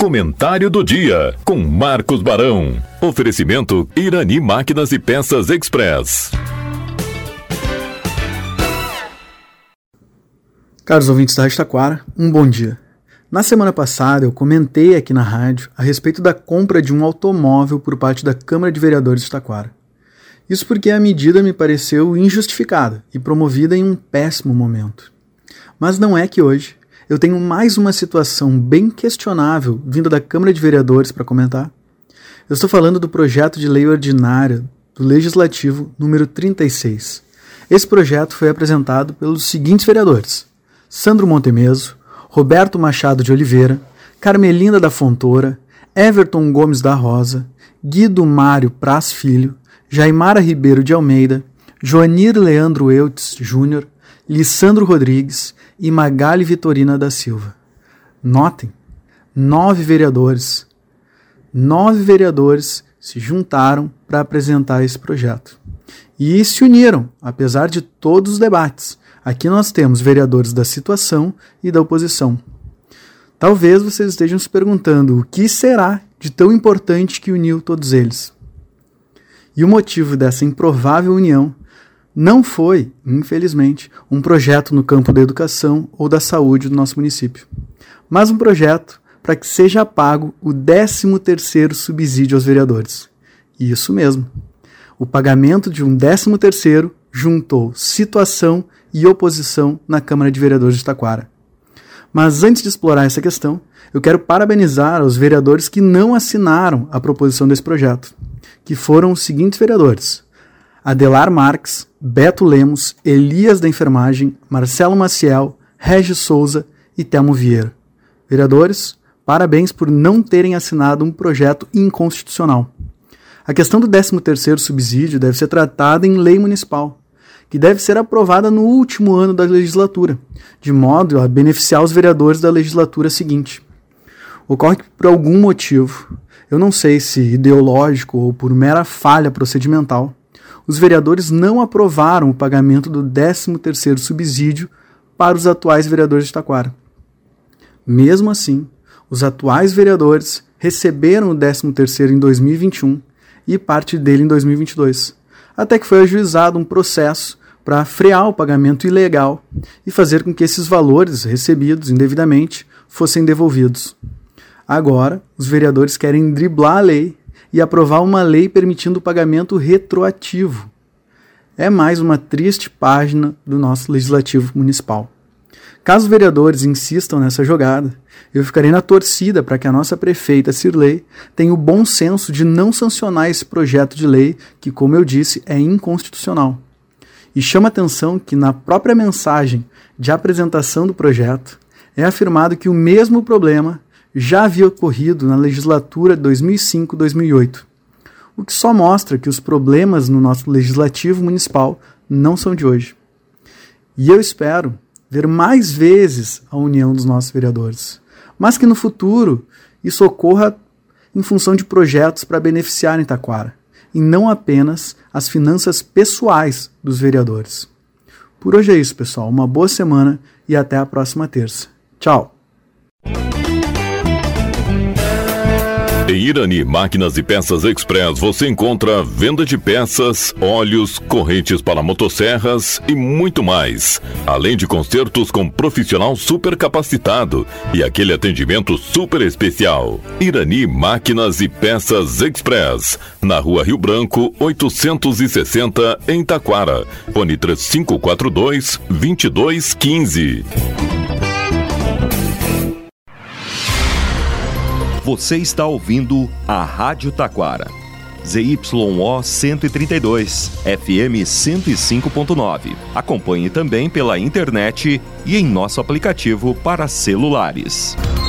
Comentário do dia, com Marcos Barão. Oferecimento Irani Máquinas e Peças Express. Caros ouvintes da Rádio Taquara, um bom dia. Na semana passada eu comentei aqui na rádio a respeito da compra de um automóvel por parte da Câmara de Vereadores de Taquara. Isso porque a medida me pareceu injustificada e promovida em um péssimo momento. Mas não é que hoje eu tenho mais uma situação bem questionável vinda da Câmara de Vereadores para comentar. Eu estou falando do projeto de lei ordinária do Legislativo número 36. Esse projeto foi apresentado pelos seguintes vereadores: Sandro Montemeso, Roberto Machado de Oliveira, Carmelinda da Fontoura, Everton Gomes da Rosa, Guido Mário Praz Filho, Jaimara Ribeiro de Almeida, Joanir Leandro Eutz Júnior, Lissandro Rodrigues e Magali Vitorina da Silva. Notem, 9 vereadores se juntaram para apresentar esse projeto. E se uniram, apesar de todos os debates. Aqui nós temos vereadores da situação e da oposição. Talvez vocês estejam se perguntando o que será de tão importante que uniu todos eles. E o motivo dessa improvável união não foi, infelizmente, um projeto no campo da educação ou da saúde do nosso município, mas um projeto para que seja pago o 13º subsídio aos vereadores. Isso mesmo. O pagamento de um 13º juntou situação e oposição na Câmara de Vereadores de Taquara. Mas antes de explorar essa questão, eu quero parabenizar os vereadores que não assinaram a proposição desse projeto, que foram os seguintes vereadores: Adelar Marques, Beto Lemos, Elias da Enfermagem, Marcelo Maciel, Regis Souza e Telmo Vieira. Vereadores, parabéns por não terem assinado um projeto inconstitucional. A questão do 13º subsídio deve ser tratada em lei municipal, que deve ser aprovada no último ano da legislatura, de modo a beneficiar os vereadores da legislatura seguinte. Ocorre que, por algum motivo, eu não sei se ideológico ou por mera falha procedimental, os vereadores não aprovaram o pagamento do 13º subsídio para os atuais vereadores de Taquara. Mesmo assim, os atuais vereadores receberam o 13º em 2021 e parte dele em 2022, até que foi ajuizado um processo para frear o pagamento ilegal e fazer com que esses valores recebidos indevidamente fossem devolvidos. Agora, os vereadores querem driblar a lei e aprovar uma lei permitindo o pagamento retroativo. É mais uma triste página do nosso legislativo municipal. Caso os vereadores insistam nessa jogada, eu ficarei na torcida para que a nossa prefeita Cirlei tenha o bom senso de não sancionar esse projeto de lei que, como eu disse, é inconstitucional. E chama atenção que na própria mensagem de apresentação do projeto é afirmado que o mesmo problema já havia ocorrido na legislatura de 2005-2008, o que só mostra que os problemas no nosso legislativo municipal não são de hoje. E eu espero ver mais vezes a união dos nossos vereadores, mas que no futuro isso ocorra em função de projetos para beneficiar Taquara, e não apenas as finanças pessoais dos vereadores. Por hoje é isso, pessoal. Uma boa semana e até a próxima terça. Tchau! Em Irani Máquinas e Peças Express você encontra venda de peças, óleos, correntes para motosserras e muito mais. Além de consertos com profissional super capacitado e aquele atendimento super especial. Irani Máquinas e Peças Express, na Rua Rio Branco, 860, em Taquara. Fone 3542-2215. Você está ouvindo a Rádio Taquara. ZYO 132, FM 105.9. Acompanhe também pela internet e em nosso aplicativo para celulares.